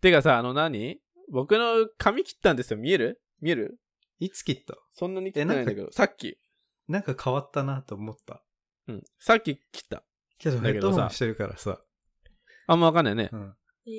てかさ、僕の髪切ったんですよ。見えるいつ切った？ そんなに切ってないんだけど、さっき。 なんか変わったなと思った。 うん。さっき切った。 けどヘッドホンしてるからさ。 あんまわかんないね。 うん。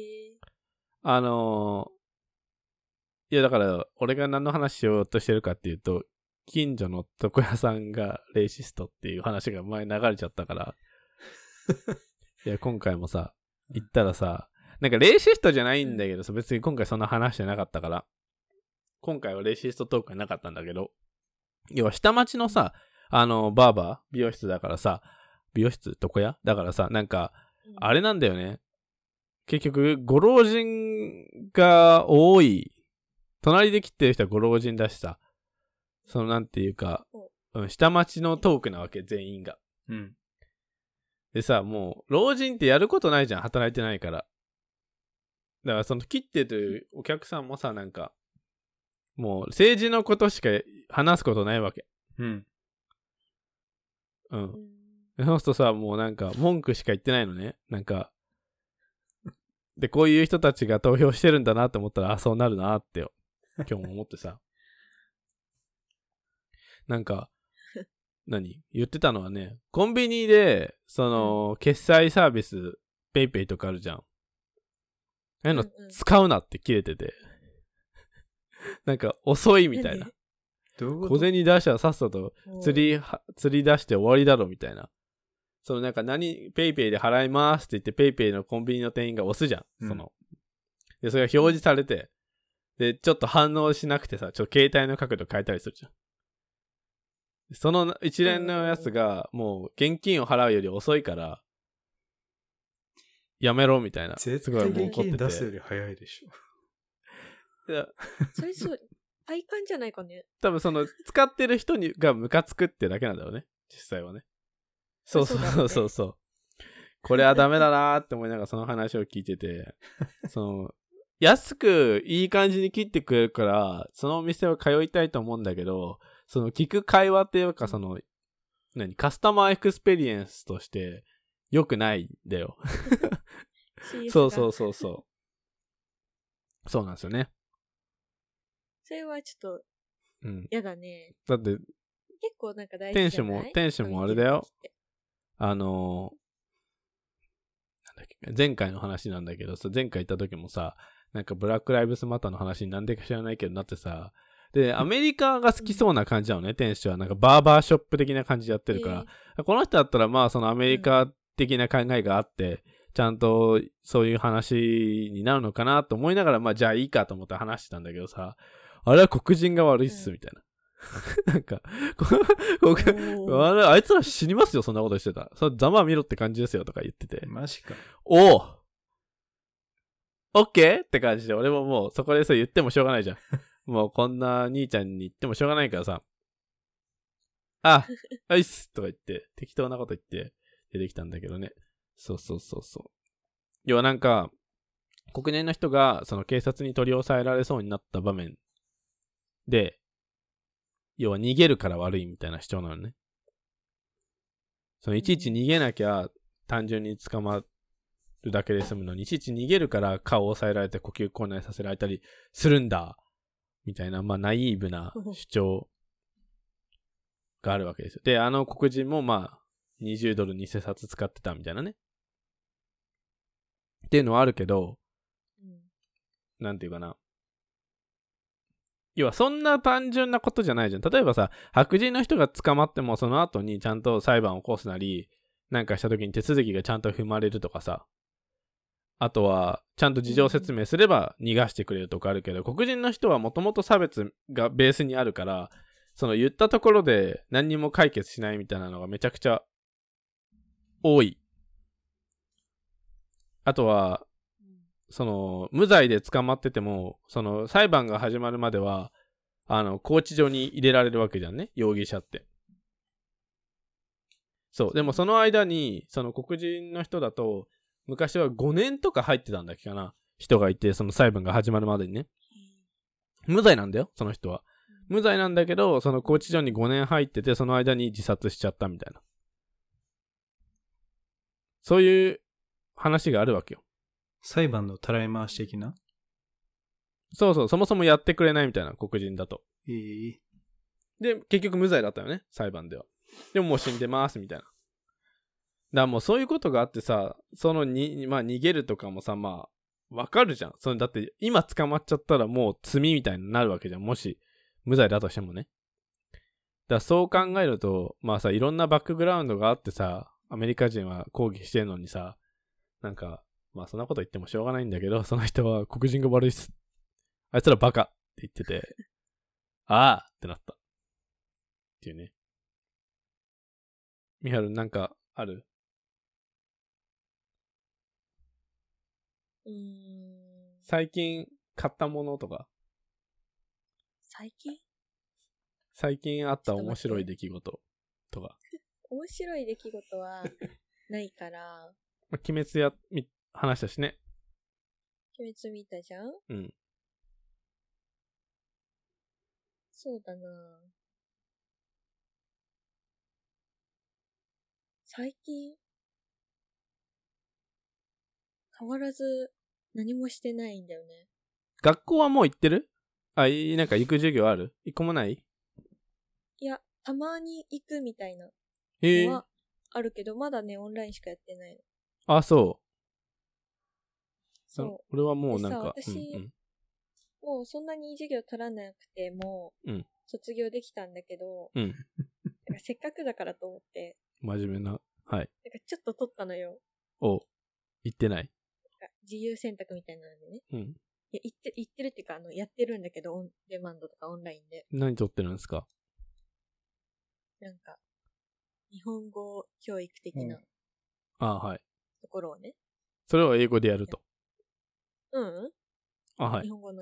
いやだから、俺が何の話しようとしてるかっていうと、近所の床屋さんがレイシストっていう話が前流れちゃったから。いや、今回もさ、行ったらさ、なんかレイシストじゃないんだけどさ、別に今回そんな話してなかったから、今回はレイシストトークはなかったんだけど、要は下町のさ、バーバー美容室だからさ、美容室床屋だからさ、なんか、あれなんだよね。結局、ご老人が多い。隣で切ってる人はご老人だしさ、そのなんていうか、下町のトークなわけ、全員が。 うん。 でさ、もう、老人ってやることないじゃん、働いてないから。だからその切ってるお客さんもさ、なんか、もう政治のことしか話すことないわけ。 うん。 うん。そうするとさ、もうなんか文句しか言ってないのね。なんか、で、こういう人たちが投票してるんだなって思ったら、あ、そうなるなって今日も思ってさ。なんか、言ってたのはね、コンビニで、決済サービス、ペイペイとかあるじゃん。ああいうの使うなって切れてて。なんか、遅いみたいな。小銭出したらさっさと釣り出して終わりだろみたいな。なんかペイペイで払いますって言って、ペイペイのコンビニの店員が押すじゃん。で、それが表示されて、で、ちょっと反応しなくてさ、ちょっと携帯の角度変えたりするじゃん。その一連のやつが、もう現金を払うより遅いから、やめろみたいな。 絶対現金出すより早いでしょ。いや、 それそう、体感じゃないかね。 多分使ってる人がムカつくってだけなんだろうね。実際はね。そう。これはダメだなーって思いながらその話を聞いてて、安くいい感じに切ってくれるから、そのお店は通いたいと思うんだけど、聞く会話っていうか、カスタマーエクスペリエンスとして良くないんだよ。そう。そうなんですよね。 それはちょっと、嫌だね。 だって、 結構なんか大事じゃない？ 店主もあれだよ。なんだっけ、前回の話なんだけどさ、前回行った時もさ、なんかブラックライブスマターの話になんでか知らないけどなってさ、で、アメリカが好きそうな感じなのね、店主は。なんかバーバーショップ的な感じでやってるから。この人だったらまあアメリカ的な考えがあって、ちゃんとそういう話になるのかなと思いながら、まあじゃあいいかと思って話してたんだけどさ、あれは黒人が悪いっす、みたいな。なんか、あいつら死にますよ、そんなことしてた。ざまあ見ろって感じですよ、とか言ってて。 マジか。 オッケーって感じで、俺ももうそこでそう言ってもしょうがないじゃん。もうこんな兄ちゃんに言ってもしょうがないからさ、いっすとか言って、適当なこと言って出てきたんだけどね。そう。要はなんか、黒人の人が警察に取り押さえられそうになった場面で、要は逃げるから悪いみたいな主張なのね。いちいち逃げなきゃ単純に捕まるだけで済むのに、いちいち逃げるから顔を押さえられて呼吸困難させられたりするんだ。みたいな、まあ、ナイーブな主張があるわけですよ。で、黒人もまあ、20ドル偽札使ってたみたいなね。っていうのはあるけど、なんていうかな。要はそんな単純なことじゃないじゃん。例えばさ、白人の人が捕まってもその後にちゃんと裁判を起こすなり、なんかした時に手続きがちゃんと踏まれるとかさ。あとは、ちゃんと事情説明すれば逃がしてくれるとかあるけど、黒人の人はもともと差別がベースにあるから、言ったところで何にも解決しないみたいなのがめちゃくちゃ多い。あとは、無罪で捕まってても、裁判が始まるまでは、拘置所に入れられるわけじゃんね、容疑者って。そう。でもその間に、黒人の人だと、昔は5年とか入ってたんだっけかな、人がいて、裁判が始まるまでにね。無罪なんだよ、その人は。無罪なんだけど、拘置所に5年入ってて、その間に自殺しちゃったみたいな。そういう話があるわけよ。 裁判のたらい回し的な？ そうそう、そもそもやってくれないみたいな、黒人だと。で、結局無罪だったよね、裁判では。でももう死んでますみたいな。だからもうそういうことがあってさ、まあ逃げるとかもさ、まあ、わかるじゃん。だって今捕まっちゃったらもう罪みたいになるわけじゃん。もし無罪だとしてもね。だからそう考えると、まあさ、いろんなバックグラウンドがあってさ、アメリカ人は抗議してるのにさ、なんか、まあそんなこと言ってもしょうがないんだけど、その人は黒人が悪いっす。あいつらバカって言ってて、ああってなった。っていうね。みはるなんかある？最近買ったものとか。最近あった面白い出来事とか。 面白い出来事はないから。 鬼滅話したしね。 鬼滅見たじゃん？ うん。 そうだな。最近変わらず何もしてないんだよね。 学校はもう行ってる？なんか行く授業ある？一個もない？ いや、たまに行くみたいなのはあるけど、まだね、オンラインしかやってないの。 あ、そう。 そう。 俺はもうなんか。 私、もうそんなに授業取らなくても、卒業できたんだけど、なんかせっかくだからと思って。 真面目な。はい。なんかちょっと取ったのよ。 行ってない？ 自由選択みたいなのでね。 うん。 いや、行ってるっていうか、やってるんだけど、オンデマンドとかオンラインで。 何取ってるんですか？ なんか、日本語教育的な。 はい。 ところをね。 それを英語でやると。はい。 日本語の。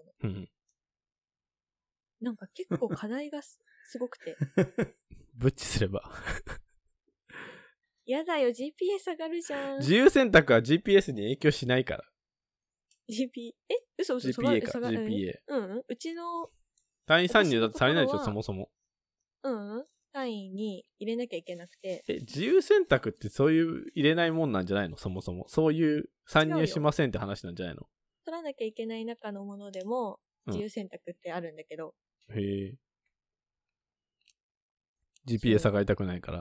なんか結構課題がすごくて。 ブッチすれば。 やだよ、GPS 上がるじゃん。 自由選択は GPS に影響しないから。 嘘 GPA か、GPA。 うちの。 単位参入だって足りないでしょ、そもそも。 単位に入れなきゃいけなくて。 自由選択ってそういう入れないもんなんじゃないの？そもそも。そういう参入しませんって話なんじゃないの？ 取らなきゃいけない中のものでも、自由選択ってあるんだけど。 へえ。GPA 下がりたくないから。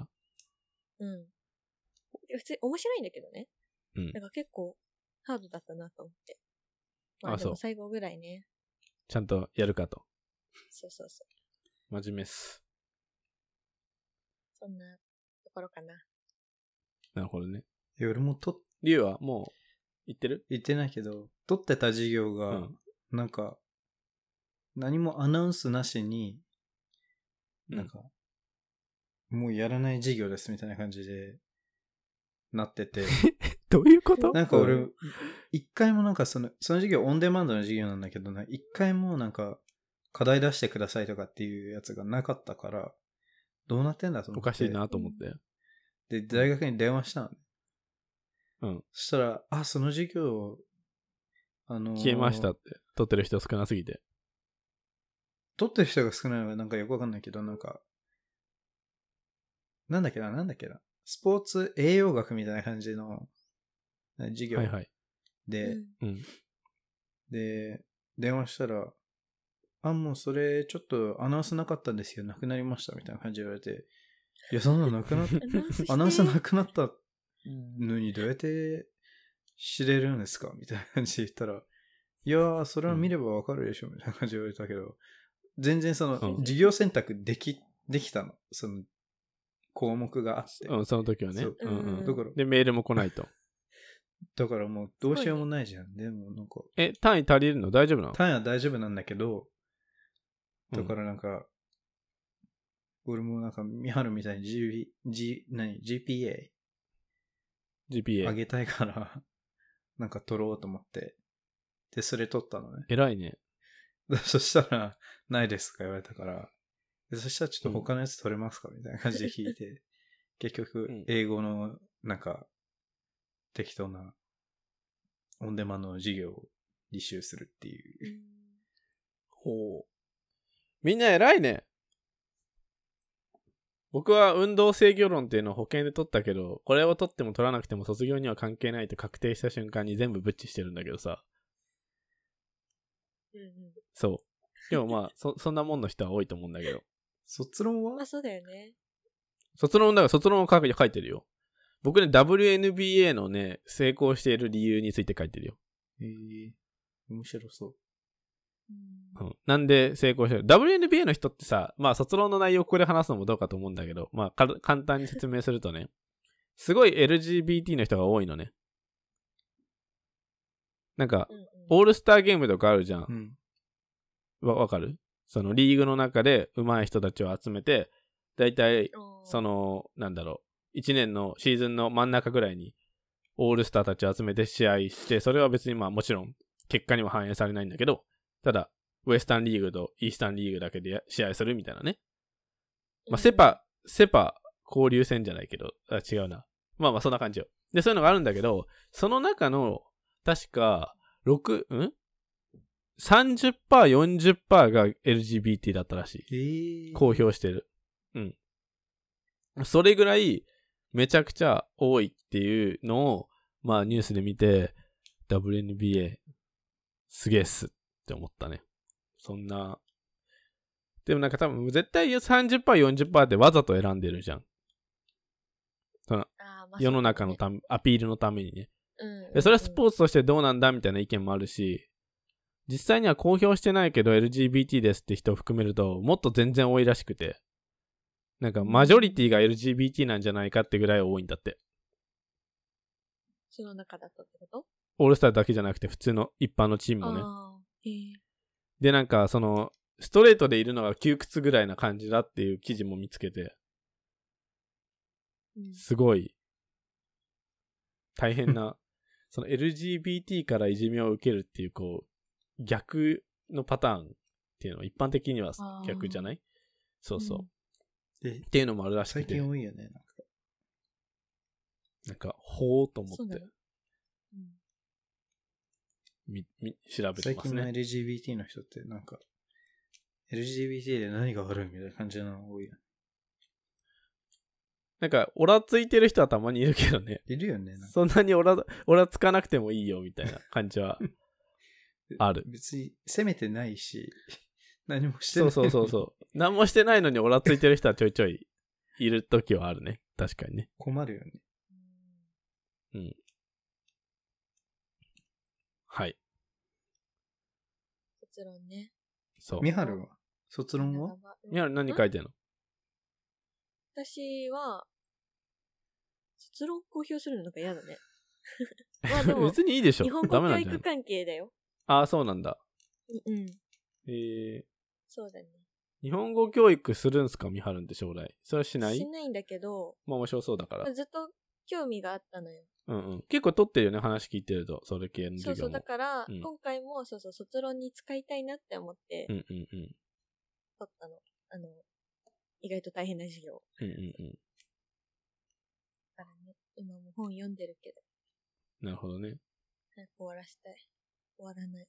普通面白いんだけどね。だから結構ハードだったなと思って。まあでも最後ぐらいね。 ちゃんとやるかと。 そう。 真面目っす。 そんなところかな。 なるほどね。 俺もリュウはもう行ってる？ 行ってないけど、取ってた授業が、なんか、何もアナウンスなしに、なんか、もうやらない授業ですみたいな感じで、なってて。 どういうこと？ なんか俺、一回もなんかその授業オンデマンドの授業なんだけどな、一回もなんか、課題出してくださいとかっていうやつがなかったから、どうなってんだと思って。 おかしいなと思って。 で、大学に電話したのね。そしたら、その授業、 消えましたって。取ってる人少なすぎて。 取ってる人が少ないのはなんかよくわかんないけど、なんか、なんだっけな。スポーツ栄養学みたいな感じの授業で、で、電話したら、もうそれちょっとアナウンスなかったんですけど、なくなりましたみたいな感じで言われて、いや、そんなのなくなった、アナウンスなくなったのにどうやって知れるんですかみたいな感じで言ったら、いやー、それは見ればわかるでしょみたいな感じで言われたけど、全然その、授業選択できたの。その、項目があって。 その時はね。 だからで、メールも来ないと。 だからもうどうしようもないじゃん。でもなんか。 単位足りるの？大丈夫なの？ 単位は大丈夫なんだけど、だからなんか、俺もなんか、ミハルみたいにGPA 上げたいから、なんか取ろうと思って。で、それ取ったのね。 偉いね。 そしたら、ないですか言われたから、そしたらちょっと他のやつ取れますかみたいな感じで聞いて、結局、英語の、なんか、適当な、オンデマンドの授業を履修するっていう。 ほう。みんな偉いね。僕は運動制御論っていうのを保険で取ったけど、これを取っても取らなくても卒業には関係ないと確定した瞬間に全部ブッチしてるんだけどさ。 そう。でもまあ、そんなもんの人は多いと思うんだけど。 卒論は？ あ、そうだよね。 卒論を書いてるよ。僕ね、WNBA のね、成功している理由について書いてるよ。 面白そう。 なんで成功してる？ WNBA の人ってさ、まあ卒論の内容をここで話すのもどうかと思うんだけど、まあ簡単に説明するとね、すごい LGBT の人が多いのね。なんか、オールスターゲームとかあるじゃん。わかる？そのリーグの中で上手い人たちを集めて、だいたい、1年のシーズンの真ん中ぐらいに、オールスターたちを集めて試合して、それは別にまあもちろん結果には反映されないんだけど、ただ、ウエスタンリーグとイースタンリーグだけで試合するみたいなね。まあ、セパ交流戦じゃないけど、違うな。まあそんな感じよ。で、そういうのがあるんだけど、その中の、確か、30%、40% が LGBT だったらしい。公表してる。それぐらい、めちゃくちゃ多いっていうのを、まあニュースで見て、WNBA、すげえっすって思ったね。そんな。でもなんか多分絶対 30%、40% ってわざと選んでるじゃん。世の中のアピールのためにね。それはスポーツとしてどうなんだみたいな意見もあるし、実際には公表してないけど LGBT ですって人を含めるともっと全然多いらしくて、なんかマジョリティが LGBT なんじゃないかってぐらい多いんだって。 その中だったってこと？ オールスターだけじゃなくて普通の一般のチームもね。でなんかそのストレートでいるのが窮屈ぐらいな感じだっていう記事も見つけて、すごい大変なその LGBT からいじめを受けるっていうこう逆のパターンっていうのは一般的には逆じゃない？そうそう、っていうのもあるらしくて、 最近多いよね。 なんかほーと思って、調べてますね。 最近の LGBT の人ってなんか LGBT で何が悪いみたいな感じなの多いよね。 なんかオラついてる人はたまにいるけどね。 いるよね。 そんなにオラつかなくてもいいよみたいな感じはある。 別に責めてないし何もしてない。 そう何もしてないのにオラついてる人はちょいちょいいる時はあるね。確かにね。 困るよね。 はい。 卒論ね。 そう。みはるは卒論は？ みはる何書いてんの？ 私は、卒論公表するのなんか嫌だね。まあでも、 別にいいでしょ。 日本語教育関係だよ。 ああ、そうなんだ。 そうだね。 日本語教育するんすか、みはるんって将来。それはしない？ しないんだけど、 まあ面白そうだから。 ずっと興味があったのよ。 結構取ってるよね、話聞いてると、それ系の授業も。 そう、だから、今回も卒論に使いたいなって思って、取ったの。意外と大変な授業。だからね、今も本読んでるけど。 なるほどね。 早く終わらしたい。終わらない。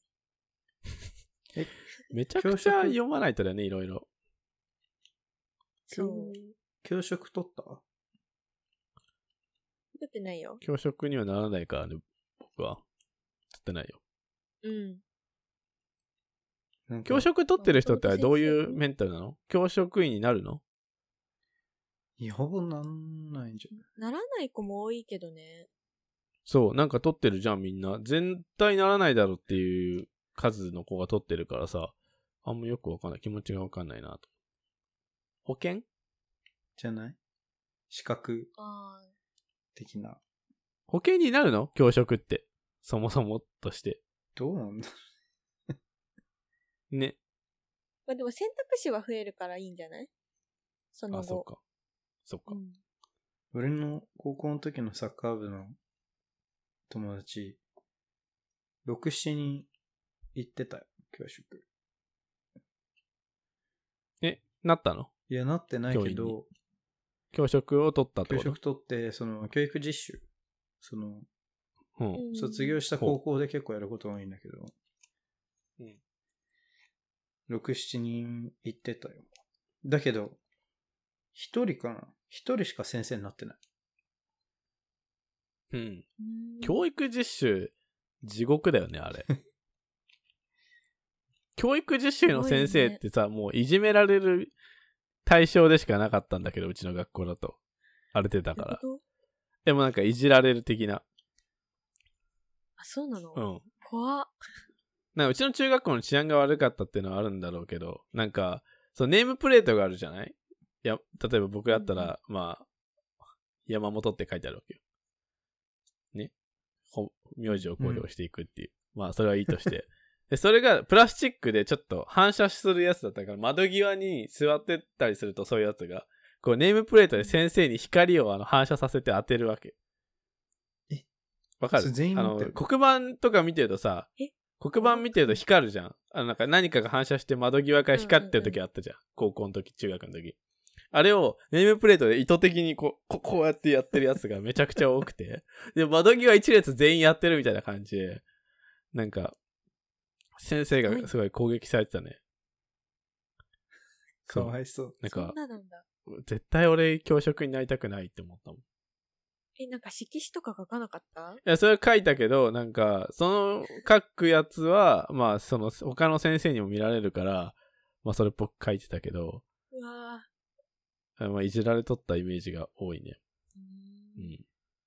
めちゃくちゃ読まないとだね、いろいろ。 教職取った？ 取ってないよ。 教職にはならないからね、僕は。取ってないよ。教職取ってる人ってどういうメンタルなの？教職員になるの？ いや、ほぼなんないんじゃない？ならない子も多いけどね。 そう、なんか取ってるじゃん、みんな。絶対ならないだろうっていう数の子が取ってるからさ、あんまよくわかんない。気持ちがわかんないなと。保険？じゃない？資格的な。 保険になるの？教職って。そもそもとして。 どうなんだね。 まあでも選択肢は増えるからいいんじゃない？その後。 そっか。 俺の高校の時のサッカー部の友達、6、7人行ってたよ、教職。 なったの？ いや、なってないけど、 教職を取ったってこと？ 教職取って、教育実習。卒業した高校で結構やること多いんだけど、6、7人行ってたよ。だけど、1人かな？ 1 人しか先生になってない。 教育実習、地獄だよね、あれ。 教育実習の先生ってさ、もういじめられる対象でしかなかったんだけど、うちの学校だと。あれてたから。でもなんかいじられる的な。 あ、そうなの？ うん。 怖っ。 なんかうちの中学校の治安が悪かったっていうのはあるんだろうけど、なんか、そうネームプレートがあるじゃない？いや、例えば僕だったら、まあ、山本って書いてあるわけよ。ね。名字を公表していくっていう。まあ、それはいいとして。で、それがプラスチックでちょっと反射するやつだったから、窓際に座ってたりするとそういうやつが、こうネームプレートで先生に光を反射させて当てるわけ。わかる？黒板とか見てるとさ、黒板見てると光るじゃん。なんか何かが反射して窓際から光ってる時あったじゃん。高校の時、中学の時。あれをネームプレートで意図的にこうやってやってるやつがめちゃくちゃ多くて。で、窓際一列全員やってるみたいな感じで、なんか、先生がすごい攻撃されてたね。 かわいそう。 なんか、 なんだ。 絶対俺教職になりたくないって思ったもん。 なんか色紙とか書かなかった？ いや、それ書いたけど、なんか、その書くやつは、まあ、その他の先生にも見られるから、まあ、それっぽく書いてたけど、 うわまあ、いじられとったイメージが多いね。うん。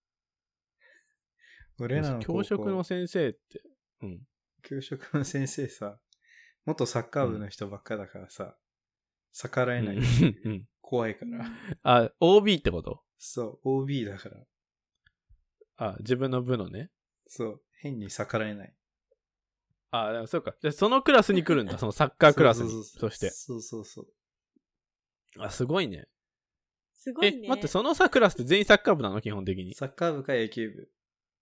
俺らの教職の先生って、うん。 教職の先生さ、元サッカー部の人ばっかだからさ、逆らえない。うん、怖いから。 あ、OB ってこと？ そう、OB だから。 あ、自分の部のね。 そう、変に逆らえない。 あ、でもそうか。じゃあそのクラスに来るんだ、そのサッカークラスに。そして。 そうそうそう。 あ、すごいね。 すごいね。 待って、そのさ、クラスって全員サッカー部なの？基本的に。 サッカー部か野球部。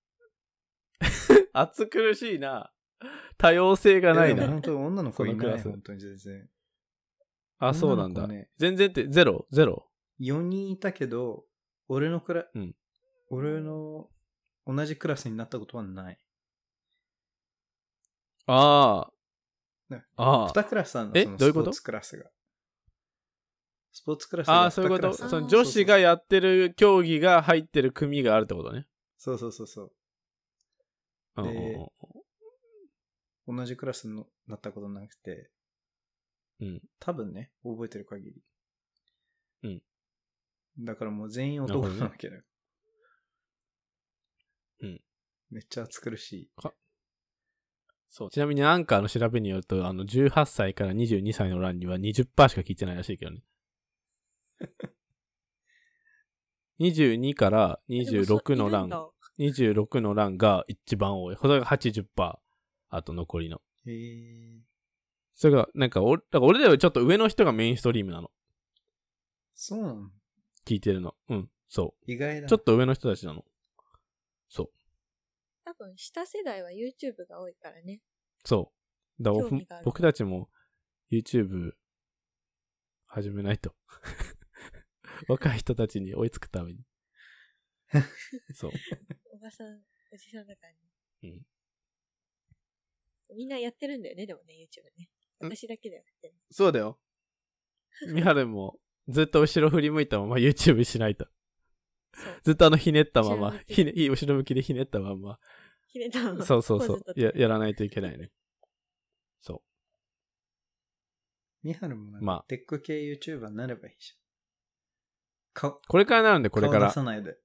暑苦しいな。多様性がないな。 本当に女の子いない、本当に全然。 あ、そうなんだ。全然ってゼロ ?4 人いたけど、俺の同じクラスになったことはない。 ああ。2クラスあるの、そのスポーツクラスが。スポーツクラスが2クラス。 ああ、そういうこと。その女子がやってる競技が入ってる組があるってことね。 そうそうそうそう。で、同じクラスになったことなくて、 うん。 多分ね、覚えてる限り。 うん。 だからもう全員男なわけだよ。 うん。 めっちゃ暑苦しい。 そう。ちなみにアンカーの調べによると、18歳から22歳の欄には 20% しか聞いてないらしいけどね。22から26の欄、26の欄が一番多い。それが 80%。あと残りの。それが、なんか俺らよりちょっと上の人がメインストリームなの。 そうなの？ 聞いてるの。うん、そう。 意外だ。 ちょっと上の人たちなの。そう。 多分、下世代は YouTube が多いからね。 そう。僕たちも YouTube 始めないと。若い人たちに追いつくために。そう。 おばさん、おじさんだからね。 うん。みんなやってるんだよね、でもね、YouTube ね。私だけでやってる。 そうだよ。みはるもずっと後ろ振り向いたまま YouTube しないと。ずっとひねったまま、後ろ向きでひねったまま。 ひねったまま。 そうそうそう。やらないといけないね。そう。 みはるもなんかテック系 YouTuber になればいいじゃん。 これからなるんで、これから。 顔出さないで。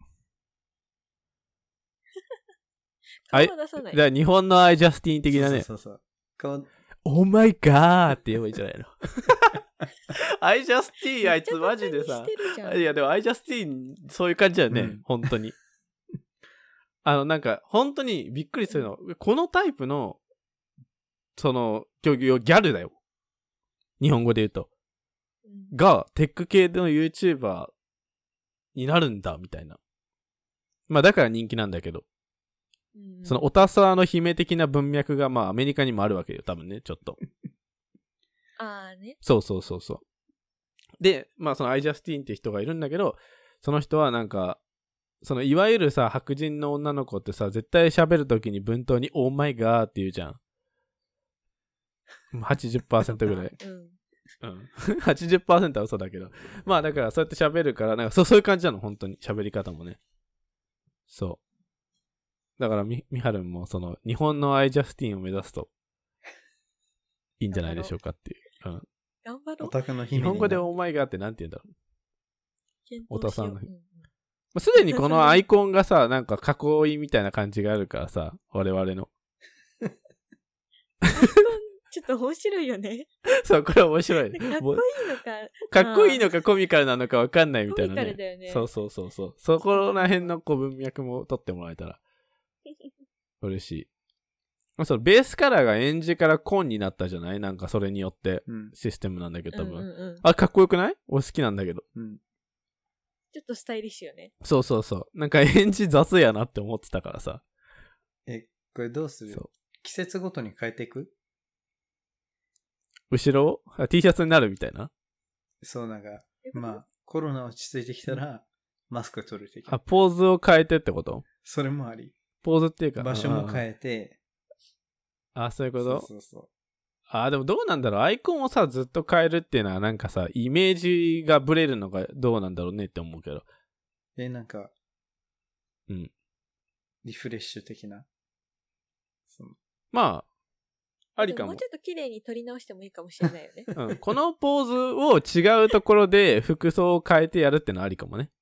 顔出さない。 じゃあ日本のアイジャスティン的なね。 そうそうそう。 オーマイガーって言えばいいんじゃないの？アイジャスティンあいつマジでさ。いやでもアイジャスティンそういう感じだよね、うん、本当に。なんか本当にびっくりするの。このタイプの、その、ギャルだよ。日本語で言うと。が、テック系の YouTuber になるんだ、みたいな。まあだから人気なんだけど。そのオタサーの姫的な文脈がまあアメリカにもあるわけよ、多分ね、ちょっと。 ああね。 そうそうそうそう。で、まあそのアイジャスティンって人がいるんだけど、その人はなんか、そのいわゆるさ、白人の女の子ってさ、絶対喋るときに文頭にオーマイガーって言うじゃん。80% ぐらい。うん。80% は嘘だけど。まあだからそうやって喋るから、なんかそういう感じなの、本当に。喋り方もね。そう。だからみはるもその日本のアイジャスティンを目指すといいんじゃないでしょうかっていう。うん。 頑張ろう。 オタクの日本語でオーマイガーってなんて言うんだろう。 おたさんの。すでにこのアイコンがさ、なんか囲いみたいな感じがあるからさ、我々の。 ちょっと面白いよね。 そう、これ面白い。 かっこいいのか。 かっこいいのかコミカルなのか分かんないみたいなね。 コミカルだよね。 そう。そこら辺の文脈も取ってもらえたら嬉しい。そう、ベースカラーがエンジから紺になったじゃない？なんかそれによってシステムなんだけど多分。あ、かっこよくない？俺好きなんだけど。 ちょっとスタイリッシュよね。 そう。なんかエンジ雑やなって思ってたからさ。 これどうする？季節ごとに変えていく？ 後ろT シャツになるみたいな。 そう、なんか、まあ、コロナ落ち着いてきたら、マスク取る的な。 ポーズを変えてってこと？ それもあり。 ポーズっていうか。 場所も変えて。 そういうこと？ そうでもどうなんだろう。アイコンをさ、ずっと変えるっていうのはなんかさ、イメージがブレるのがどうなんだろうねって思うけど。 なんか、リフレッシュ的な。 まあ、ありかも。 もうちょっと綺麗に撮り直してもいいかもしれないよね。 このポーズを違うところで服装を変えてやるってのはありかもね。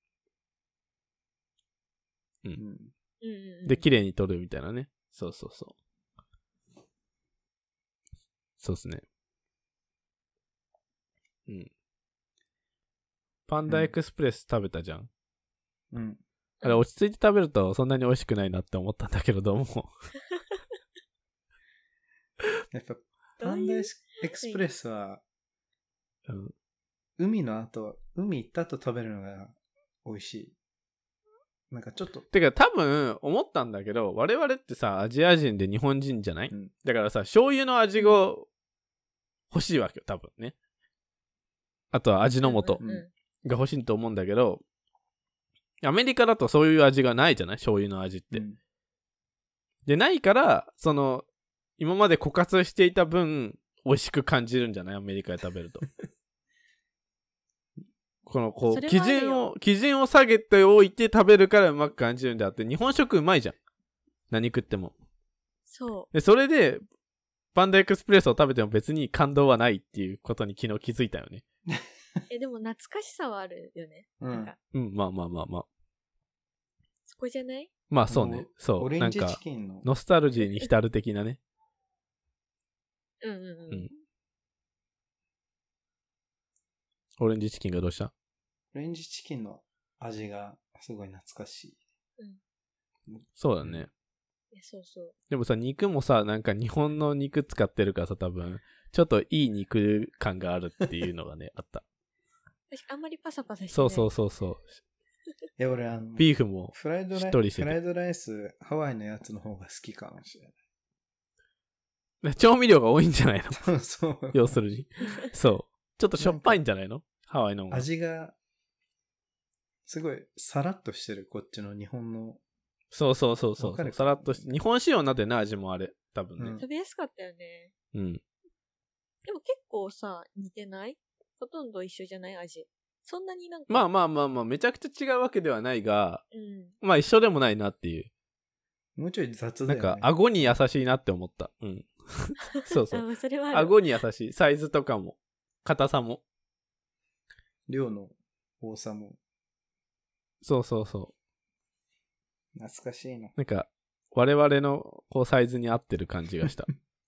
で、綺麗に撮るみたいなね。そう。そうっすね。パンダエクスプレス食べたじゃん。あれ落ち着いて食べるとそんなに美味しくないなって思ったんだけど、どうも。 やっぱパンダエクスプレスは、海行った後食べるのが美味しい。なんかちょっと。 てか多分思ったんだけど、我々ってさ、アジア人で日本人じゃない？だからさ、醤油の味が欲しいわけよ、多分ね。あとは味の素が欲しいと思うんだけど、アメリカだとそういう味がないじゃない？醤油の味って。で、ないから、今まで枯渇していた分、美味しく感じるんじゃない？アメリカで食べると。基準を下げておいて食べるからうまく感じるんであって、日本食うまいじゃん。何食っても。 そう。 で、それで、パンダエクスプレスを食べても別に感動はないっていうことに昨日気づいたよね。 でも懐かしさはあるよね。なんか。 まあ。 そこじゃない？ まあそうね。そう。 オレンジチキンの。 ノスタルジーに浸る的なね。オレンジチキンがどうした？ オレンジチキンの味がすごい懐かしい。 そうだね。 そう。 でもさ、肉もさ、なんか日本の肉使ってるからさ、多分、ちょっといい肉感があるっていうのがね、あった。 あんまりパサパサしてない。 そう。 いや、俺ビーフもしっとりしてて。 フライドライス、ハワイのやつの方が好きかもしれない。調味料が多いんじゃないの？ そう。 要するに。そう。ちょっとしょっぱいんじゃないの？ハワイの方が。 味が、すごい、さらっとしてる、こっちの日本の。 そう。さらっとして、日本仕様になってない味もあれ、多分ね。 食べやすかったよね。 でも結構さ、似てない？ほとんど一緒じゃない？味。そんなになんか。 まあ、めちゃくちゃ違うわけではないが、まあ一緒でもないなっていう。 もうちょい雑だよね。 なんか、顎に優しいなって思った。そう。 それはある。 顎に優しい。サイズとかも、硬さも。 量の多さも。 そう。 懐かしいな。 なんか、我々のこうサイズに合ってる感じがした。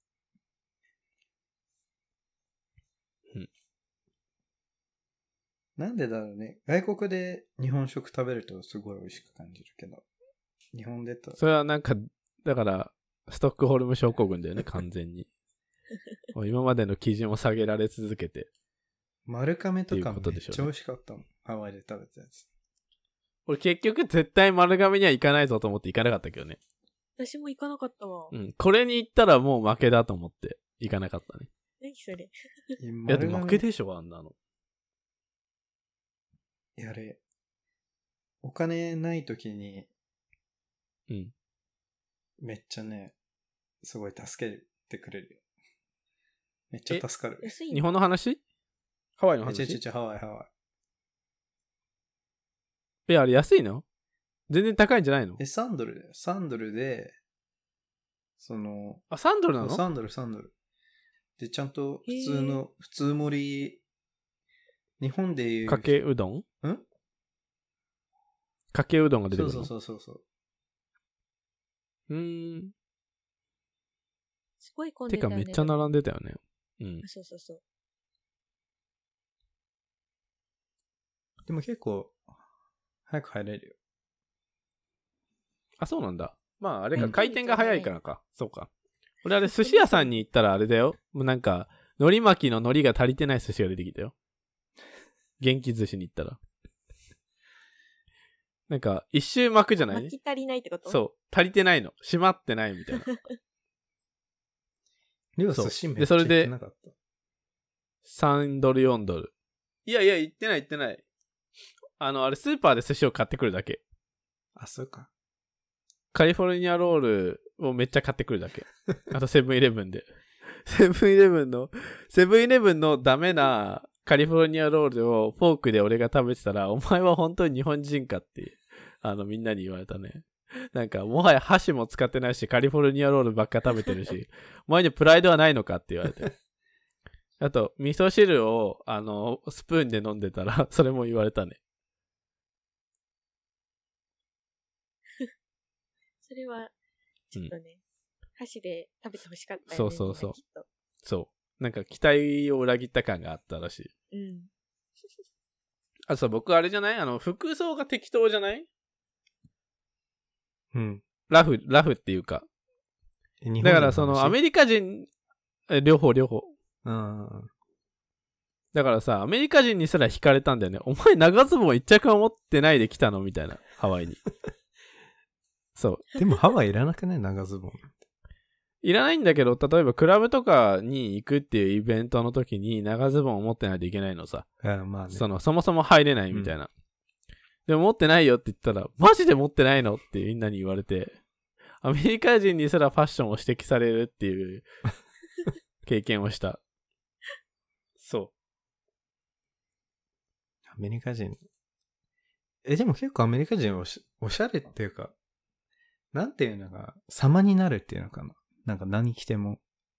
なんでだろうね。外国で日本食食べるとすごい美味しく感じるけど。日本でと。 それはなんか、だから、ストックホルム症候群だよね、完全に。今までの基準を下げられ続けて。 丸亀とかもめっちゃ美味しかったもん。ハワイで食べたやつ。 俺結局絶対丸亀には行かないぞと思って行かなかったけどね。 私も行かなかったわ。 これに行ったらもう負けだと思って行かなかったね。 何それ？ いやでも負けでしょ、あんなの。 あれ、お金ない時に、めっちゃね、すごい助けてくれるよ。めっちゃ助かる。 日本の話？ハワイの話？ ハワイ。 あれ安いの？全然高いんじゃないの ？3ドルで、3ドルで、 3ドルなの？ 3ドル。 で、ちゃんと普通盛り、日本でいう。 かけうどん？かけうどんが出てくるの？ そう。 すごい混んでたよね。 てかめっちゃ並んでたよね。うん。 そう。 でも結構、早く入れるよ。 あ、そうなんだ。まあ、あれか、回転が早いからか。そうか。俺あれ、寿司屋さんに行ったらあれだよ。もうなんか、海苔巻きの海苔が足りてない寿司が出てきたよ。元気寿司に行ったら。なんか、一周巻くじゃない？ 巻き足りないってこと？ そう。足りてないの。閉まってないみたいな。 量寿司めっちゃ行ってなかった。 3ドル、4ドル。いや、行ってない。あれ、スーパーで寿司を買ってくるだけ。 あ、そうか。 カリフォルニアロールをめっちゃ買ってくるだけ。あとセブンイレブンで。セブンイレブンのダメなカリフォルニアロールをフォークで俺が食べてたら、お前は本当に日本人かって、みんなに言われたね。なんか、もはや箸も使ってないし、カリフォルニアロールばっか食べてるし、お前にプライドはないのかって言われて。あと、味噌汁を、スプーンで飲んでたら、それも言われたね。 それは、ちょっとね、箸で食べてほしかったよね。 そう。なんか期待を裏切った感があったらしい。 うん。 あとさ、僕あれじゃない？服装が適当じゃない？ うん。 ラフっていうか。だからアメリカ人、両方。だからさ、アメリカ人にすら惹かれたんだよね。お前長ズボン一着も持ってないで来たのみたいな。ハワイに。そう。 でもハワイいらなくない？長ズボン。 いらないんだけど、例えばクラブとかに行くっていうイベントの時に長ズボンを持ってないといけないのさ。 まあね。 そもそも入れないみたいな。でも持ってないよって言ったら、マジで持ってないのってみんなに言われて、アメリカ人にすらファッションを指摘されるっていう経験をした。そう。 アメリカ人。でも結構アメリカ人おしゃれっていうか、なんていうのが、様になるっていうのかな。なんか何着ても。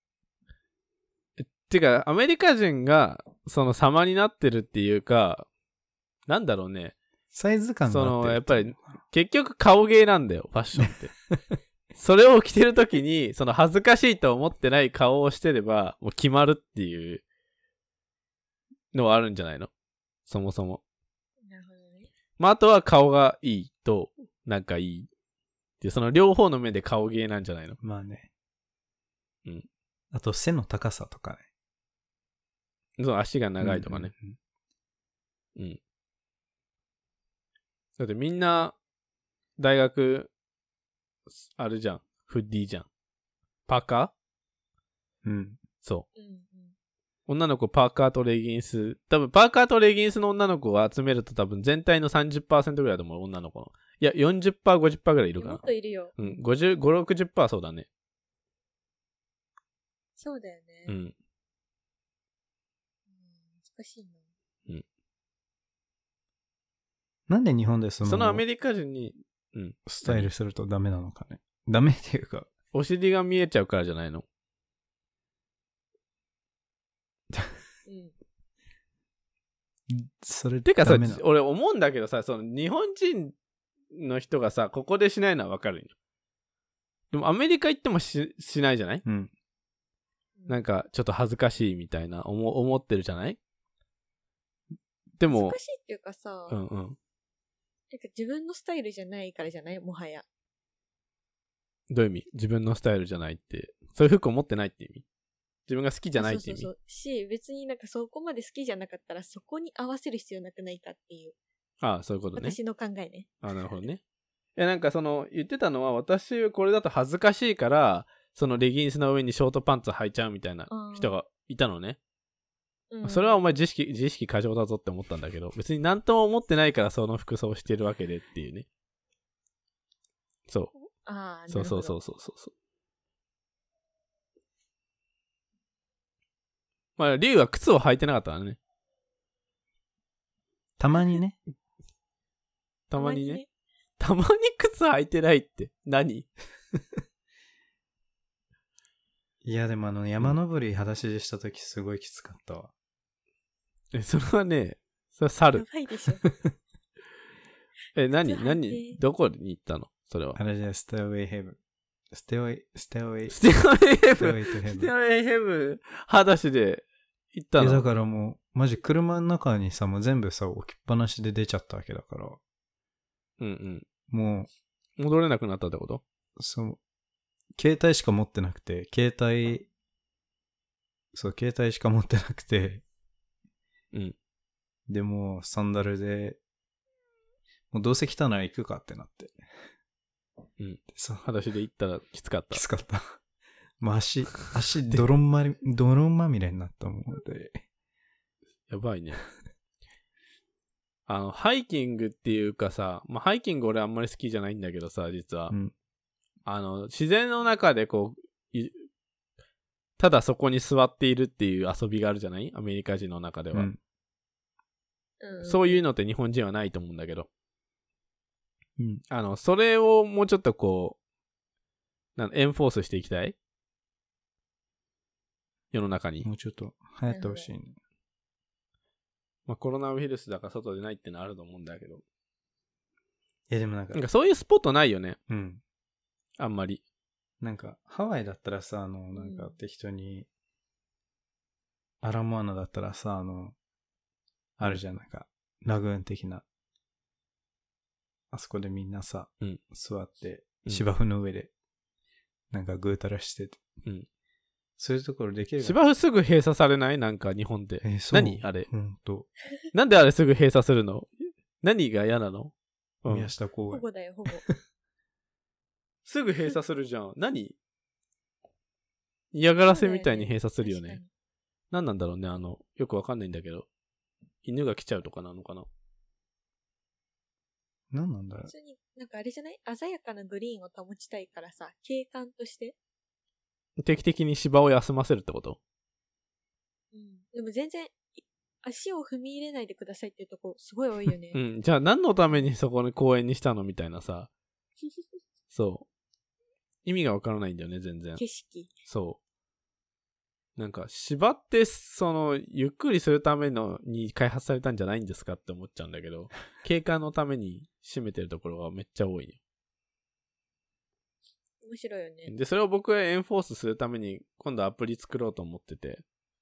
てか、アメリカ人が、様になってるっていうか、なんだろうね。 サイズ感があってる。 やっぱり、結局顔芸なんだよ、ファッションって。それを着てるときに、恥ずかしいと思ってない顔をしてれば、もう決まるっていうのはあるんじゃないの？そもそも。 なるほどね。 まあ、あとは顔がいいと、なんかいい。っていう、両方の面で顔芸なんじゃないの？ まあね。 うん。 あと背の高さとかね。そう、足が長いとかね。うん。だってみんな、大学、あれじゃん。フッディじゃん。パーカー？うん。 そう。女の子パーカーとレギンス。多分パーカーとレギンスの女の子を集めると多分全体の 30% ぐらいだと思う、女の子の。いや、40%、50% ぐらいいるかな。 もっといるよ。 うん、50、60% そうだね。 そうだよね。 うん。 難しいな。 うん。 なんで日本でそのアメリカ人に、うん。 スタイルするとダメなのかね。ダメっていうか。 お尻が見えちゃうからじゃないの？ それてかさ、俺思うんだけどさ、日本人の人がさ、ここでしないのはわかるよ。でもアメリカ行ってもしないじゃない？ うん。 なんかちょっと恥ずかしいみたいな思ってるじゃない？でも恥ずかしいっていうかさ、 うんうん。 なんか自分のスタイルじゃないからじゃない？もはや。 どういう意味？自分のスタイルじゃないって、そういう服を持ってないって意味？自分が好きじゃないって意味？ そうし、別になんかそこまで好きじゃなかったらそこに合わせる必要なくないかっていう。 ああ、そういうことね。 私の考えね。 ああ、なるほどね。なんか言ってたのは、私これだと恥ずかしいから、レギンスの上にショートパンツ履いちゃうみたいな人がいたのね。それはお前自意識過剰だぞって思ったんだけど、別に何とも思ってないからその服装をしてるわけでっていうね。そう。 ああ、 そう。まあ、リュウは靴を履いてなかったからね。 たまにね。 たまに靴履いてないって何？ いやでも山登り裸足でした時すごいきつかったわ。 それはね、それは猿。 やばいでしょ。 何どこに行ったのそれは。 あれじゃステイウェイヘブン。ステイウェイヘブン。裸足で行ったの。 だからもう、マジ車の中にさ、もう全部さ、置きっぱなしで出ちゃったわけだから。 うんうん。 もう、戻れなくなったってこと？ そう。携帯しか持ってなくて、携帯しか持ってなくて。 うん。 でも、サンダルで、もうどうせ来たなら行くかってなって。 うん。裸足で行ったらきつかった。 きつかった。もう足泥まみれになったもんで。 やばいね。ハイキングっていうかさ、まあ、ハイキング俺あんまり好きじゃないんだけどさ、実は。うん、自然の中でこう、ただそこに座っているっていう遊びがあるじゃない？アメリカ人の中では、うん。そういうのって日本人はないと思うんだけど。うん。それをもうちょっとこう、エンフォースしていきたい？世の中に。 もうちょっと流行ってほしいね。 まあコロナウイルスだから外でないってのあると思うんだけど。 でもなんかそういうスポットないよね。 うん。 あんまり。 なんか、ハワイだったらさ、なんか適当に、アラモアナだったらさ、あるじゃん、なんか、ラグーン的な。あそこでみんなさ、 うん、 座って、芝生の上で、なんかぐうたらしてて。うん。そういうところできるか芝生すぐ閉鎖されない？なんか日本で。何あれ。なんであれすぐ閉鎖するの？何が嫌なの？ 宮下公園。 保護だよ、保護。 すぐ閉鎖するじゃん。何？嫌がらせみたいに閉鎖するよね。何なんだろうね、よくわかんないんだけど。犬が来ちゃうとかなのかな？ 何なんだろう。 普通に、なんかあれじゃない？鮮やかなグリーンを保ちたいからさ、景観として。 定期的に芝を休ませるってこと？ うん。でも全然、足を踏み入れないでくださいっていうとこすごい多いよね。 うん。じゃあ何のためにそこに公園にしたのみたいなさ。そう。意味がわからないんだよね、全然。 景色。 そう。なんか、芝って、ゆっくりするために開発されたんじゃないんですかって思っちゃうんだけど、景観のために占めてるところがめっちゃ多いね。 面白いよね。 で、それを僕がエンフォースするために、今度アプリ作ろうと思ってて、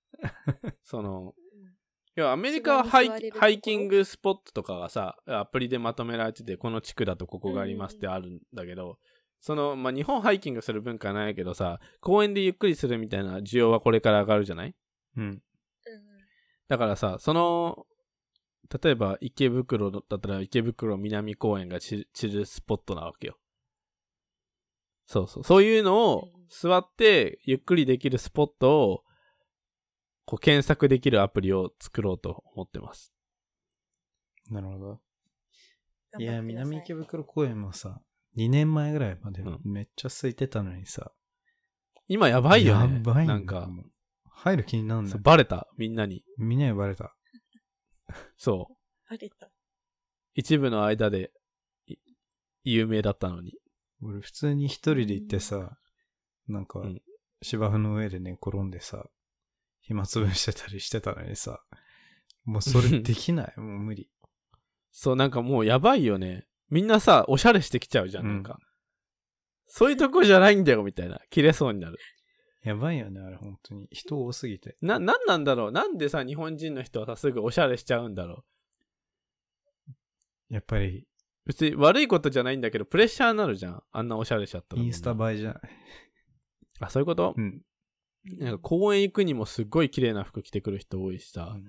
要はアメリカはハイキングスポットとかがさ、アプリでまとめられてて、この地区だとここがありますってあるんだけど、まあ、日本ハイキングする文化ないけどさ、公園でゆっくりするみたいな需要はこれから上がるじゃない？うん。だからさ、例えば池袋だったら池袋南公園が散るスポットなわけよ。そうそう。そういうのを座ってゆっくりできるスポットをこう検索できるアプリを作ろうと思ってます。 なるほど。いや、南池袋公園もさ、2年前ぐらいまでめっちゃ空いてたのにさ。 今やばいよね。 やばいなんか。 入る気になるんだよ。 バレた、みんなに。 みんなにバレた。 そう。 バレた。 一部の間で有名だったのに。 俺普通に一人で行ってさ、なんか、芝生の上でね、転んでさ、暇つぶしてたりしてたのにさ、もうそれできない。もう無理。 そう、なんかもうやばいよね。みんなさ、おしゃれしてきちゃうじゃん、なんか。そういうとこじゃないんだよ、みたいな。切れそうになる。 やばいよね、あれ、本当に。人多すぎて。 なんなんだろう。なんでさ、日本人の人はさ、すぐおしゃれしちゃうんだろう。やっぱり。 別に悪いことじゃないんだけど、プレッシャーになるじゃん。あんなおしゃれしちゃったら。 インスタ映えじゃない。 あ、そういうこと？うん。なんか公園行くにもすっごい綺麗な服着てくる人多いしさ。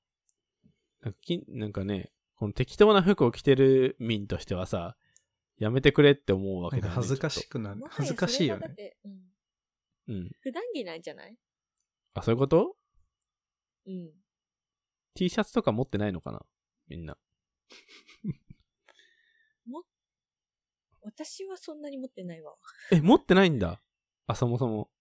なんかね、この適当な服を着てる民としてはさ、やめてくれって思うわけだよね。 恥ずかしくなる。恥ずかしいよね。 うん。 普段着なんじゃない？ あ、そういうこと？ うん。 T シャツとか持ってないのかな？みんな。 私はそんなに持ってないわ。 持ってないんだ。あ、そもそも。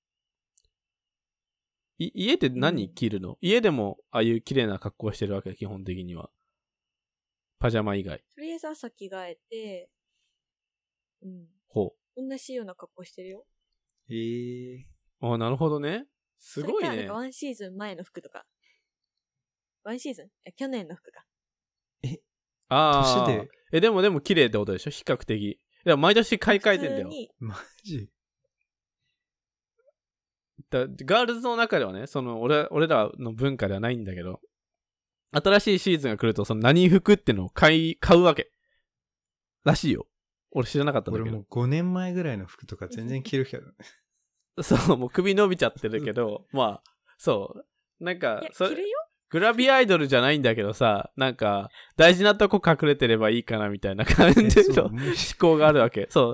家で何着るの？家でもああいう綺麗な格好してるわけ、基本的には。パジャマ以外。 とりあえず朝着替えて、うん。 ほう。 同じような格好してるよ。 あ、なるほどね。すごいね。 なんかワンシーズン前の服とか。ワンシーズン去年の服か。 ああ。年で。でも綺麗ってことでしょ比較的。いや、毎年買い替えてんだよ。 マジガールズの中ではね、俺らの文化ではないんだけど、新しいシーズンが来ると、何服ってのを買うわけ。らしいよ。俺知らなかったんだけど。 俺もう5年前ぐらいの服とか全然着るけどね。 そう、もう首伸びちゃってるけど、まあ、そう。なんか、 着るよグラビアアイドルじゃないんだけどさ、なんか、大事なとこ隠れてればいいかなみたいな感じの思考があるわけ。そう、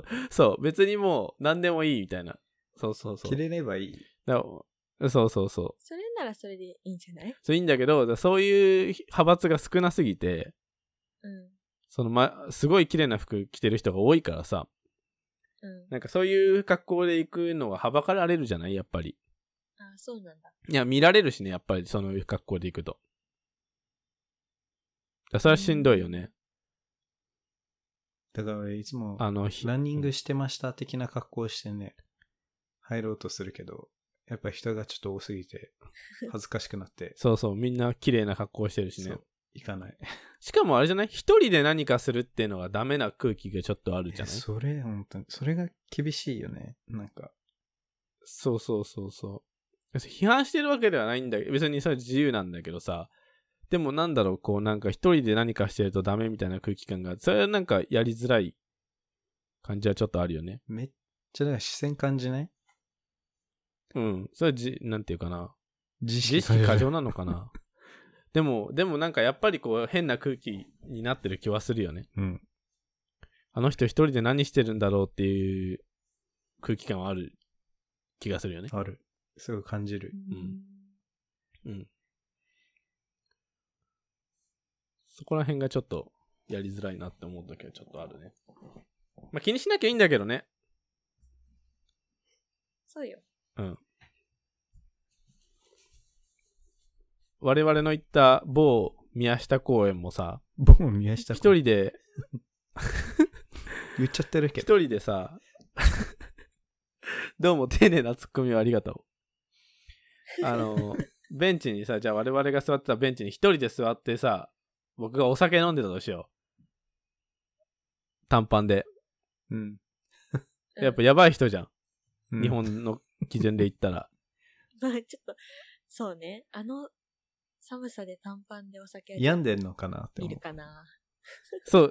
別にもう何でもいいみたいな。そう。 着れればいい。 そう。 それならそれでいいんじゃない？ そういいんだけど、そういう派閥が少なすぎて、すごい綺麗な服着てる人が多いからさ、なんかそういう格好で行くのがはばかられるじゃないやっぱり。 あ、そうなんだ。 いや、見られるしね、やっぱりそういう格好で行くと。それはしんどいよね。 だからいつも、ランニングしてました的な格好をしてね、入ろうとするけど、やっぱ人がちょっと多すぎて、恥ずかしくなって。 そう、みんな綺麗な格好してるしね。 行かない。 しかもあれじゃない？一人で何かするっていうのがダメな空気がちょっとあるじゃない？ 本当に、それが厳しいよね。なんか。 そう。批判してるわけではないんだけど、別にそれ自由なんだけどさ、でもなんだろう、なんか一人で何かしてるとダメみたいな空気感が、それはなんかやりづらい感じはちょっとあるよね。 めっちゃ視線感じない？ うん。それなんていうかな。自意識過剰なのかな。でもなんかやっぱり変な空気になってる気はするよね。 うん。 あの人一人で何してるんだろうっていう空気感はある気がするよね。 ある。すごい感じる。 うん。そこら辺がちょっとやりづらいなって思うときはちょっとあるね。まあ気にしなきゃいいんだけどね。 そうよ。 うん。我々の行った某宮下公園もさ、 某宮下公園一人で言っちゃってるけど。 一人でさ、どうも丁寧なツッコミをありがとう。ベンチにさ、じゃあ我々が座ってたベンチに一人で座ってさ、僕がお酒飲んでたとしよう。短パンで。 うん。 やっぱやばい人じゃん。うん、日本の基準で言ったら。 まあちょっと、そうね。寒さで短パンでお酒病んでんのかなって思う。 いるかな。 そう。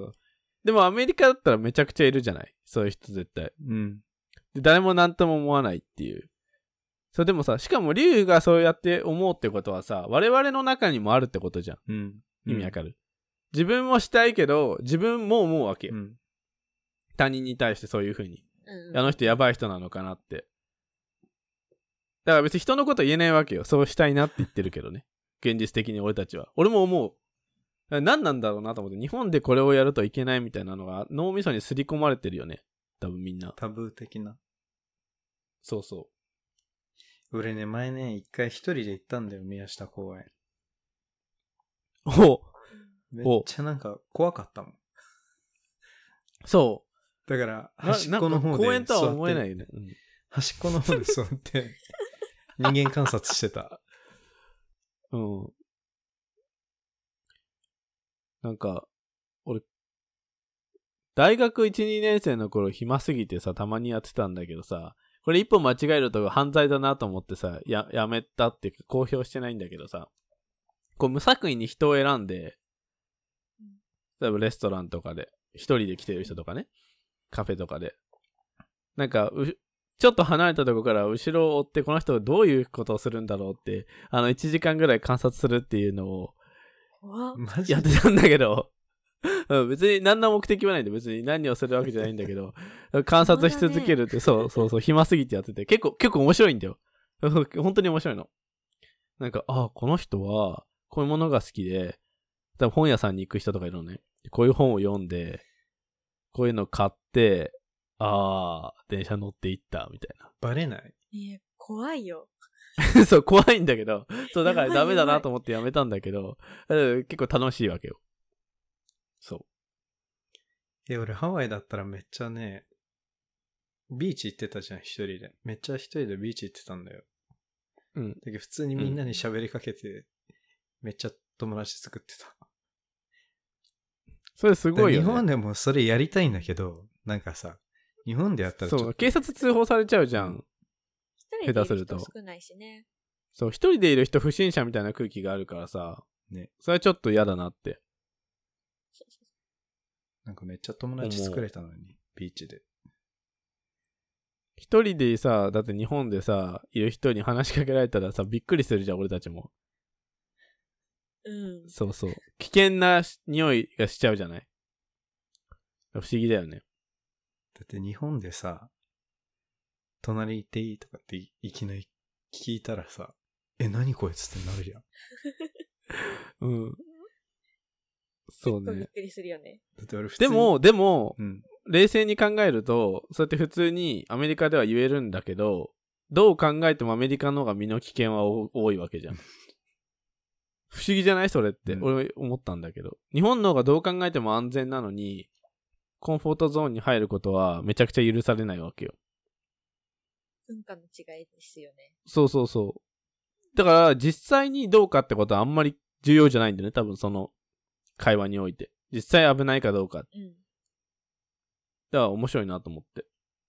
でもアメリカだったらめちゃくちゃいるじゃない？そういう人絶対。 うん。 で誰も何とも思わないっていう。そうでもさ、しかもリュウがそうやって思うってことはさ、我々の中にもあるってことじゃん。 うん。 意味わかる？自分もしたいけど、自分も思うわけよ。他人に対してそういう風に。あの人やばい人なのかなって。だから別に人のこと言えないわけよ。そうしたいなって言ってるけどね。現実的に俺たちは。俺も思う。何なんだろうなと思って。日本でこれをやるといけないみたいなのが脳みそに刷り込まれてるよね。多分みんな。 タブー的な。 そう。 俺ね、前ね、一回一人で行ったんだよ、宮下公園。めっちゃなんか怖かったもん。 そう。 だから、端っこの方で。 公園とは思えないよね。 端っこの方で座って、人間観察してた。 うん。なんか、俺、大学1、2年生の頃暇すぎてさ、たまにやってたんだけどさ、これ一歩間違えると犯罪だなと思ってさ、やめたっていうか公表してないんだけどさ、無作為に人を選んで、例えばレストランとかで、一人で来てる人とかね、カフェとかで、なんか、ちょっと離れたとこから後ろを追ってこの人どういうことをするんだろうって、1時間ぐらい観察するっていうのを、やってたんだけど、別に何の目的はないんで、別に何をするわけじゃないんだけど、観察し続けるって、そう、暇すぎてやってて、結構面白いんだよ。本当に面白いの。なんか、この人は、こういうものが好きで、多分本屋さんに行く人とかいるのね。こういう本を読んで、こういうの買って、電車乗って行った、みたいな。 バレない？ いや、怖いよ。 そう、怖いんだけど、そう、だからダメだなと思ってやめたんだけど、結構楽しいわけよ。そう。 俺ハワイだったらめっちゃね、 ビーチ行ってたじゃん、一人で。めっちゃ一人でビーチ行ってたんだよ。 うん。 だけど普通にみんなに喋りかけて、めっちゃ友達作ってた。 それすごいよね。 日本でもそれやりたいんだけど、なんかさ、日本でやったらちょっと。 そう、警察通報されちゃうじゃん。 下手すると。少ないしね。 そう、一人でいる人不審者みたいな空気があるからさ、 ね。 それはちょっと嫌だなって。 なんかめっちゃ友達作れたのに、ビーチで。 一人でさ、だって日本でさ、いる人に話しかけられたらさ、びっくりするじゃん、俺たちも。 うん。 そうそう。危険な匂いがしちゃうじゃない。不思議だよね。 だって日本でさ、隣行っていいとかっていきなり聞いたらさ、何こいつってなるじゃん。 うん。そうね。 びっくりするよね。 だって俺普通にでも、 うん、 冷静に考えると、そうやって普通にアメリカでは言えるんだけど、どう考えてもアメリカの方が身の危険は多いわけじゃん。不思議じゃないそれって、俺思ったんだけど。日本の方がどう考えても安全なのに、コンフォートゾーンに入ることはめちゃくちゃ許されないわけよ。 文化の違いですよね。 そうそうそう。だから実際にどうかってことはあんまり重要じゃないんだよね。多分その会話において。実際危ないかどうか。だから面白いなと思って。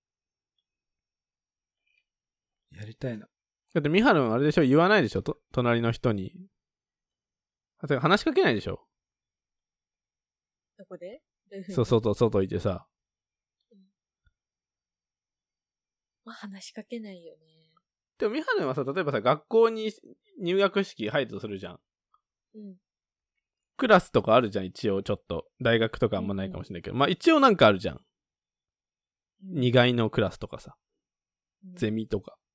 やりたいな。 だってミハルンあれでしょ、言わないでしょ、隣の人に。話しかけないでしょ。 どこで？ そう、外いてさ。 まあ話しかけないよね。 でもミハルンはさ、例えばさ、学校に入学式入るとするじゃん。 うん。 クラスとかあるじゃん、一応ちょっと。大学とかあんまないかもしれないけど。まあ一応なんかあるじゃん。2階のクラスとかさ。ゼミとか。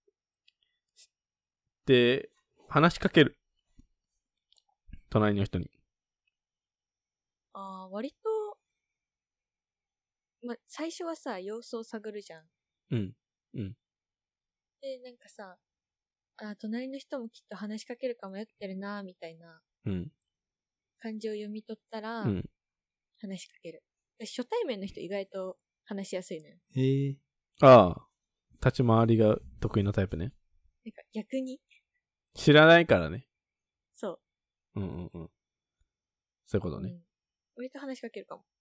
で、話しかける。隣の人に。 割と、ま、最初はさ、様子を探るじゃん。 うん。うん。 で、なんかさ、隣の人もきっと話しかけるか迷ってるなみたいな感じを読み取ったら、話しかける。初対面の人意外と話しやすいのよ。 ああ。立ち回りが得意なタイプね。 なんか逆に知らないからね。 そう。 そういうことね。 割と話しかけるかも。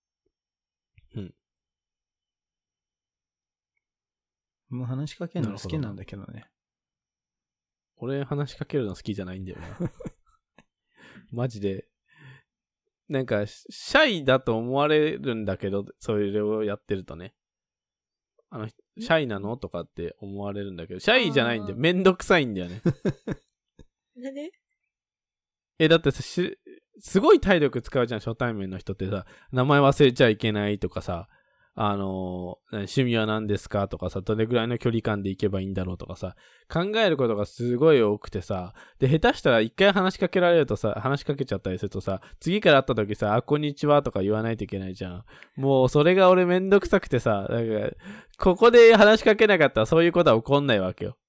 もう話しかけるの好きなんだけどね。 俺話しかけるの好きじゃないんだよな。マジで。なんか、シャイだと思われるんだけど、それをやってるとね。シャイなのとかって思われるんだけど、シャイじゃないんだよ。めんどくさいんだよね。 なんで？ だってさ、すごい体力使うじゃん、初対面の人ってさ。名前忘れちゃいけないとかさ、趣味は何ですかとかさ、どれぐらいの距離感で行けばいいんだろうとかさ、考えることがすごい多くてさ、で、下手したら一回話しかけられるとさ、話しかけちゃったりするとさ、次から会った時さ、こんにちはとか言わないといけないじゃん。もう、それが俺めんどくさくてさ、なんか、ここで話しかけなかったらそういうことは起こんないわけよ。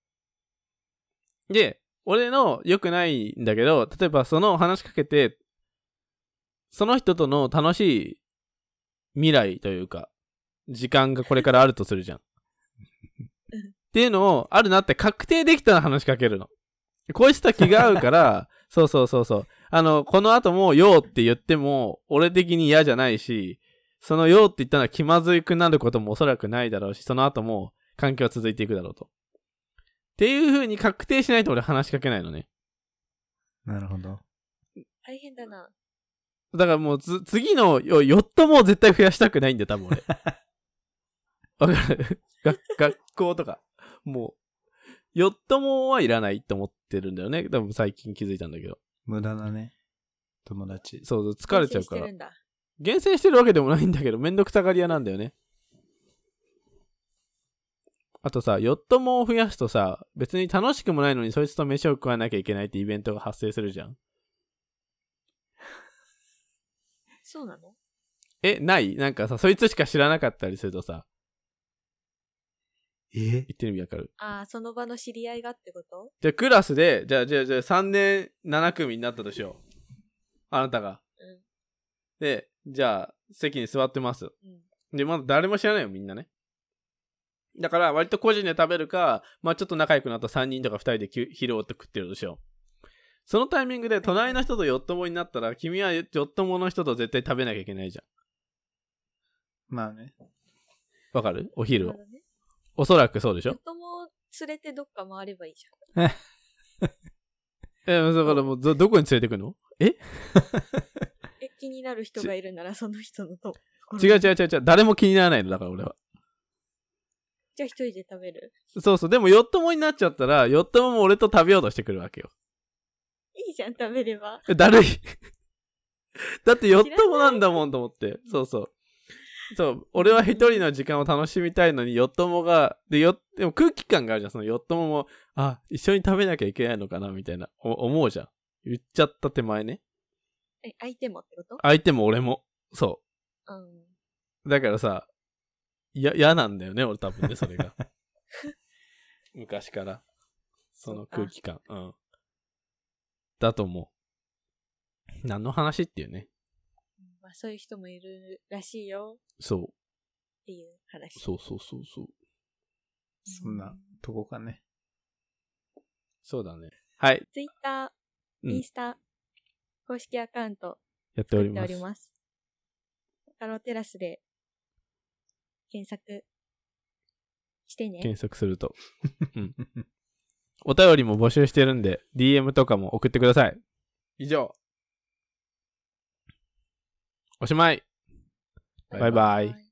で、俺の良くないんだけど、例えばその話しかけて、その人との楽しい未来というか、時間がこれからあるとするじゃん。っていうのを、あるなって確定できたら話しかけるの。こいつと気が合うから、そう。この後もよって言っても、俺的に嫌じゃないし、そのよって言ったのは気まずくなることもおそらくないだろうし、その後も関係は続いていくだろうと。っていう風に確定しないと俺話しかけないのね。 なるほど。 大変だな。 だからもう次のヨットも絶対増やしたくないんだよ、多分俺。わかる学校とか。もう、ヨットもはいらないって思ってるんだよね。多分最近気づいたんだけど。 無駄だね。友達。 そう、疲れちゃうから。 厳選してるわけでもないんだけど、めんどくさがり屋なんだよね。あとさ、ヨットも増やすとさ、別に楽しくもないのにそいつと飯を食わなきゃいけないってイベントが発生するじゃん。 そうなの？ ないなんかさ、そいつしか知らなかったりするとさ。言ってる意味わかる？ その場の知り合いがってこと？ じゃあクラスで、じゃあ3年7組になったとしよう。あなたが。で、じゃあ席に座ってます。で、まだ誰も知らないよ、みんなね。 だから割と個人で食べるか、まあちょっと仲良くなった3人とか2人で昼を食ってるでしょ。そのタイミングで隣の人とよっともになったら、君はよっともの人と絶対食べなきゃいけないじゃん。まあね。わかる？お昼を。ね、おそらくそうでしょ？よっとも連れてどっか回ればいいじゃん。だからもうどこに連れてくの？ 気になる人がいるならその人のと。 違う。誰も気にならないのだから俺は。 じゃあ一人で食べる？ そう。でもよっともになっちゃったら、よっともも俺と食べようとしてくるわけよ。 いいじゃん、食べれば。 だるい。だってよっともなんだもんと思って。そう。俺は一人の時間を楽しみたいのに、よっともが、でも空気感があるじゃん。そのよっともも、一緒に食べなきゃいけないのかなみたいな、思うじゃん。言っちゃった手前ね。 相手もってこと？ 相手も俺も。そう。 うん。 だからさ、嫌なんだよね、俺多分ね、それが。昔から。その空気感。うん。だと思う。何の話っていうね。 まあ、そういう人もいるらしいよ。 そう。 っていう話。 そう。 そんなとこかね。 そうだね。はい。 Twitter、インスタ、公式アカウントやっております。 カローテラスで検索してね。 検索すると。お便りも募集してるんで、DM とかも送ってください。以上。おしまい。バイバイ。